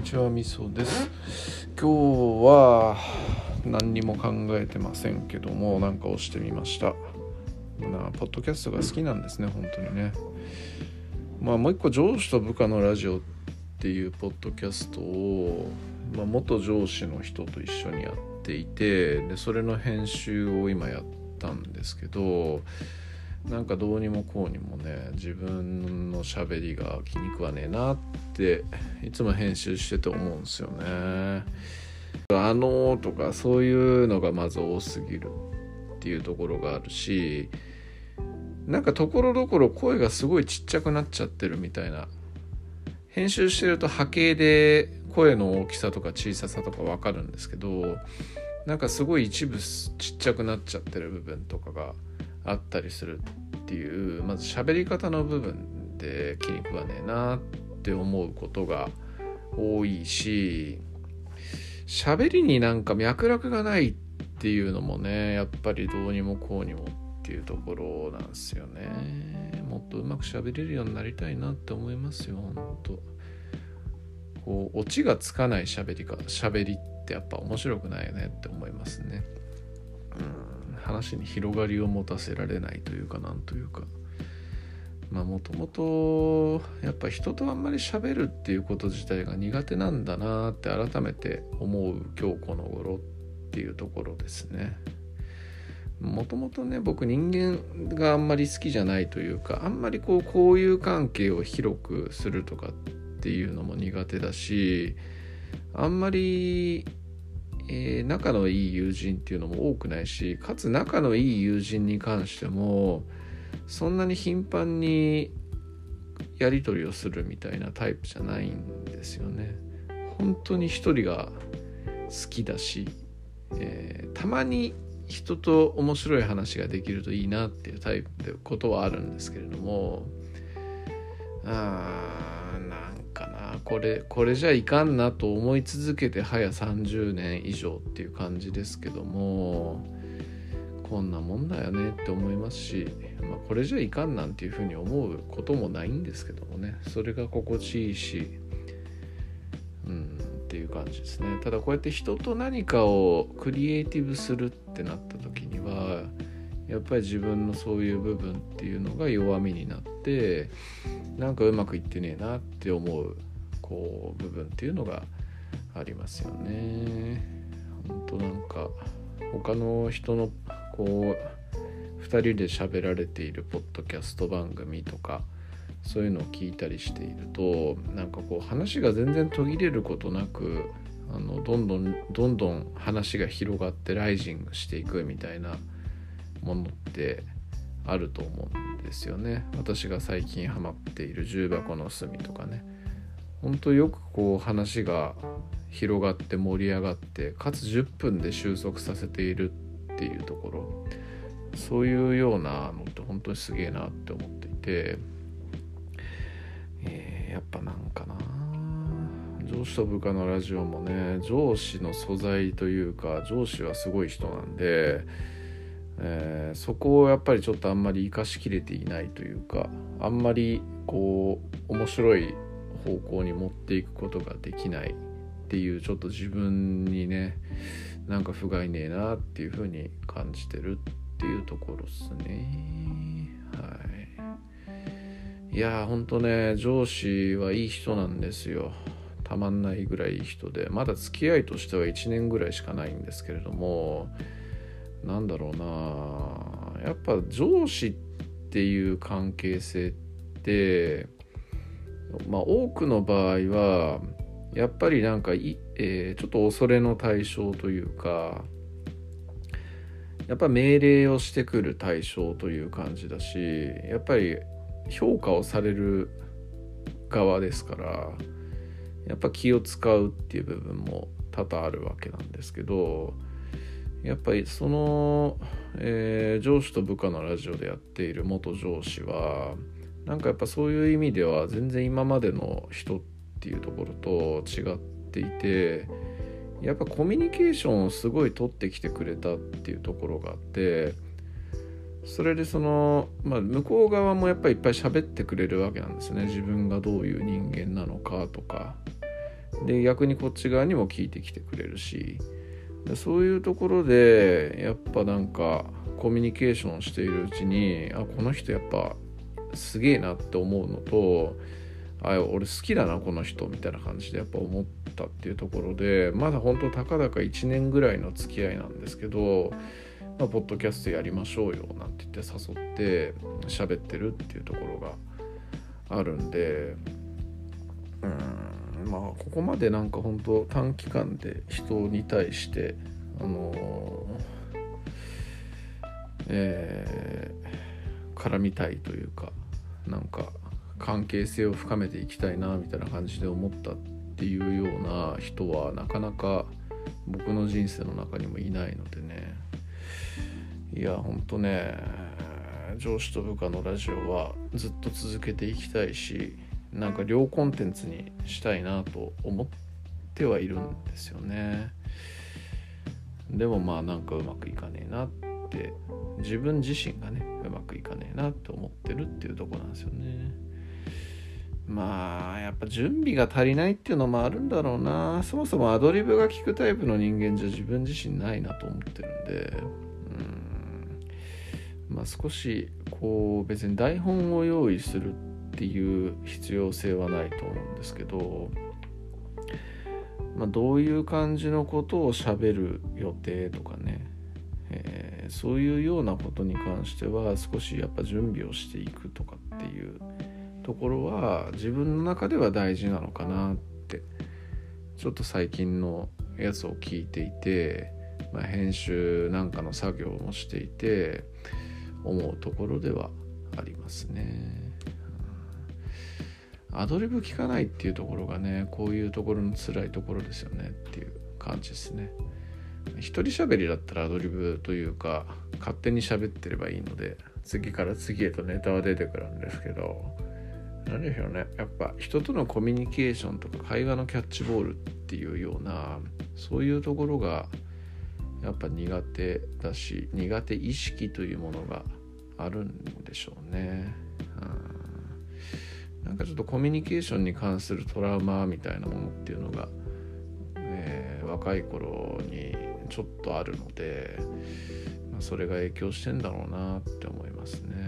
ちは、みそです。今日は何にも考えてませんけども、なんか押してみました。ポッドキャストが好きなんですね、本当にね。もう一個、上司と部下のラジオっていうポッドキャストを、元上司の人と一緒にやっていて、でそれの編集を今やったんですけど、なんかどうにもこうにもね、自分の喋りが気に食わねえなっていつも編集してて思うんですよね。とかそういうのがまず多すぎるっていうところがあるし、なんかところどころ声がすごいちっちゃくなっちゃってるみたいな、編集してると波形で声の大きさとか小ささとか分かるんですけど、なんかすごい一部ちっちゃくなっちゃってる部分とかがあったりするっていう、まず喋り方の部分で気に食わねえなって思うことが多いし、喋りになんか脈絡がないっていうのもね、やっぱりどうにもこうにもっていうところなんですよね。もっとうまく喋れるようになりたいなって思いますよ、本当。こうオチがつかない喋りってやっぱ面白くないよねって思いますね。話に広がりを持たせられないというか、なんというか、もともとやっぱ人とあんまり喋るっていうこと自体が苦手なんだなって改めて思う今日この頃っていうところですね。もともとね、僕人間があんまり好きじゃないというか、あんまり交友関係を広くするとかっていうのも苦手だし、あんまり仲のいい友人っていうのも多くないし、かつ仲のいい友人に関してもそんなに頻繁にやり取りをするみたいなタイプじゃないんですよね。本当に一人が好きだし、たまに人と面白い話ができるといいなっていうタイプってことはあるんですけれども、これじゃいかんなと思い続けて早30年以上っていう感じですけども、こんなもんだよねって思いますし、これじゃいかんなんていうふうに思うこともないんですけどもね、それが心地いいし、っていう感じですね。ただこうやって人と何かをクリエイティブするってなった時には、やっぱり自分のそういう部分っていうのが弱みになって、なんかうまくいってねえなって思う部分っていうのがありますよね。本当なんか他の人の2人で喋られているポッドキャスト番組とかそういうのを聞いたりしていると、なんか話が全然途切れることなくどんどん話が広がってライジングしていくみたいなものってあると思うんですよね。私が最近ハマっている重箱の隅とかね、本当よく話が広がって盛り上がって、かつ10分で収束させているっていうところ、そういうようなのって本当にすげえなって思っていて、やっぱなんかな、上司と部下のラジオもね、上司の素材というか、上司はすごい人なんで、そこをやっぱりちょっとあんまり生かしきれていないというか、あんまり面白い方向に持っていくことができないっていう、ちょっと自分にね、なんか不甲斐ねえなっていう風に感じてるっていうところですね。いやー、ほんとね、上司はいい人なんですよ。たまんないぐらいいい人で、まだ付き合いとしては1年ぐらいしかないんですけれども、なんだろうな、やっぱ上司っていう関係性って、多くの場合はやっぱりなんかちょっと恐れの対象というか、やっぱ命令をしてくる対象という感じだし、やっぱり評価をされる側ですから、やっぱ気を使うっていう部分も多々あるわけなんですけど、やっぱりその、上司と部下のラジオでやっている元上司は、なんかやっぱそういう意味では全然今までの人っていうところと違っていて、やっぱコミュニケーションをすごい取ってきてくれたっていうところがあって、それで向こう側もやっぱりいっぱい喋ってくれるわけなんですよね。自分がどういう人間なのかとか、 で逆にこっち側にも聞いてきてくれるし、でそういうところでやっぱなんかコミュニケーションしているうちにこの人やっぱすげえなって思うのと、俺好きだなこの人みたいな感じでやっぱ思ったっていうところで、まだ本当たかだか1年ぐらいの付き合いなんですけど、ポッドキャストやりましょうよなんて言って誘って喋ってるっていうところがあるんで、ここまでなんか本当短期間で人に対して絡みたいというか、なんか関係性を深めていきたいなみたいな感じで思ったっていうような人はなかなか僕の人生の中にもいないのでね。いやほんとね、上司と部下のラジオはずっと続けていきたいし、なんか両コンテンツにしたいなと思ってはいるんですよね。でもなんかうまくいかねえなって自分自身がねうまくいかねえなって思ってるっていうところなんですよね。やっぱ準備が足りないっていうのもあるんだろうな。そもそもアドリブが効くタイプの人間じゃ自分自身ないなと思ってるんで、少し別に台本を用意するっていう必要性はないと思うんですけど、どういう感じのことを喋る予定とかね、そういうようなことに関しては少しやっぱ準備をしていくとかっていうところは自分の中では大事なのかなってちょっと最近のやつを聞いていて、編集なんかの作業もしていて思うところではありますね。アドリブ聞かないっていうところがね、こういうところの辛いところですよねっていう感じですね。一人喋りだったらアドリブというか勝手に喋ってればいいので次から次へとネタは出てくるんですけど、なんでしょうね、やっぱ人とのコミュニケーションとか会話のキャッチボールっていうようなそういうところがやっぱ苦手だし、苦手意識というものがあるんでしょうね。なんかちょっとコミュニケーションに関するトラウマみたいなものっていうのが、若い頃にちょっとあるので、それが影響してんだろうなって思いますね。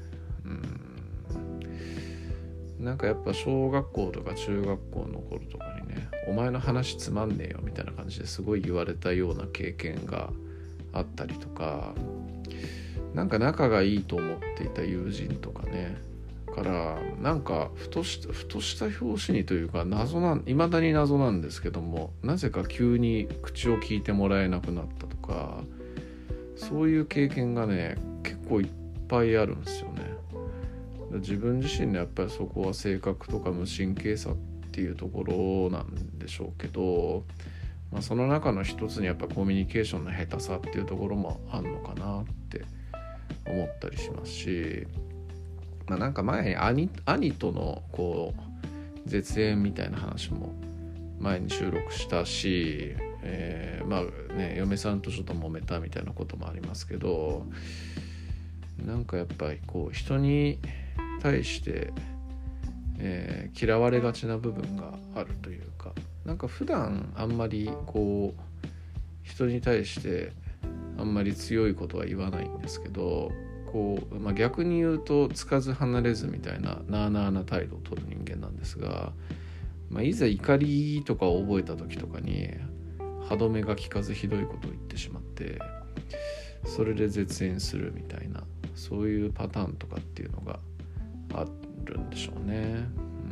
なんかやっぱ小学校とか中学校の頃とかにね、お前の話つまんねえよみたいな感じですごい言われたような経験があったりとか、なんか仲がいいと思っていた友人とかねからなんかふとした拍子にというか未だに謎なんですけども、なぜか急に口を聞いてもらえなくなったとか、そういう経験がね結構いっぱいあるんですよね。自分自身のやっぱりそこは性格とか無神経さっていうところなんでしょうけど、その中の一つにやっぱコミュニケーションの下手さっていうところもあるのかなって思ったりしますし、なんか前に兄との絶縁みたいな話も前に収録したし、嫁さんとちょっと揉めたみたいなこともありますけど、なんかやっぱり人に対して、嫌われがちな部分があるというか、なんか普段あんまり人に対してあんまり強いことは言わないんですけど、逆に言うとつかず離れずみたいななあなあな態度を取る人間なんですが、いざ怒りとかを覚えた時とかに歯止めが効かずひどいことを言ってしまって、それで絶縁するみたいな、そういうパターンとかっていうのがあるんでしょうね。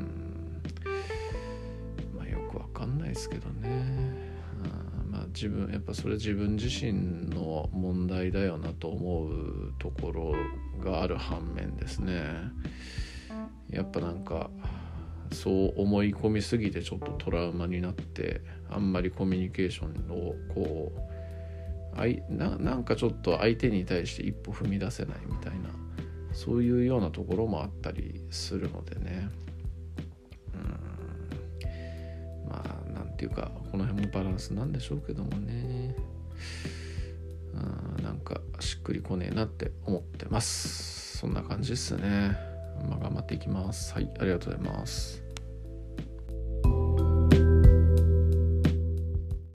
よくわかんないですけどね。やっぱそれ自分自身の問題だよなと思うところがある反面ですね、やっぱなんかそう思い込みすぎてちょっとトラウマになって、あんまりコミュニケーションをなんかちょっと相手に対して一歩踏み出せないみたいな、そういうようなところもあったりするのでね。なんていうかこの辺もバランスなんでしょうけどもね。なんかしっくりこねえなって思ってます。そんな感じですね。頑張っていきます。はい、ありがとうございます。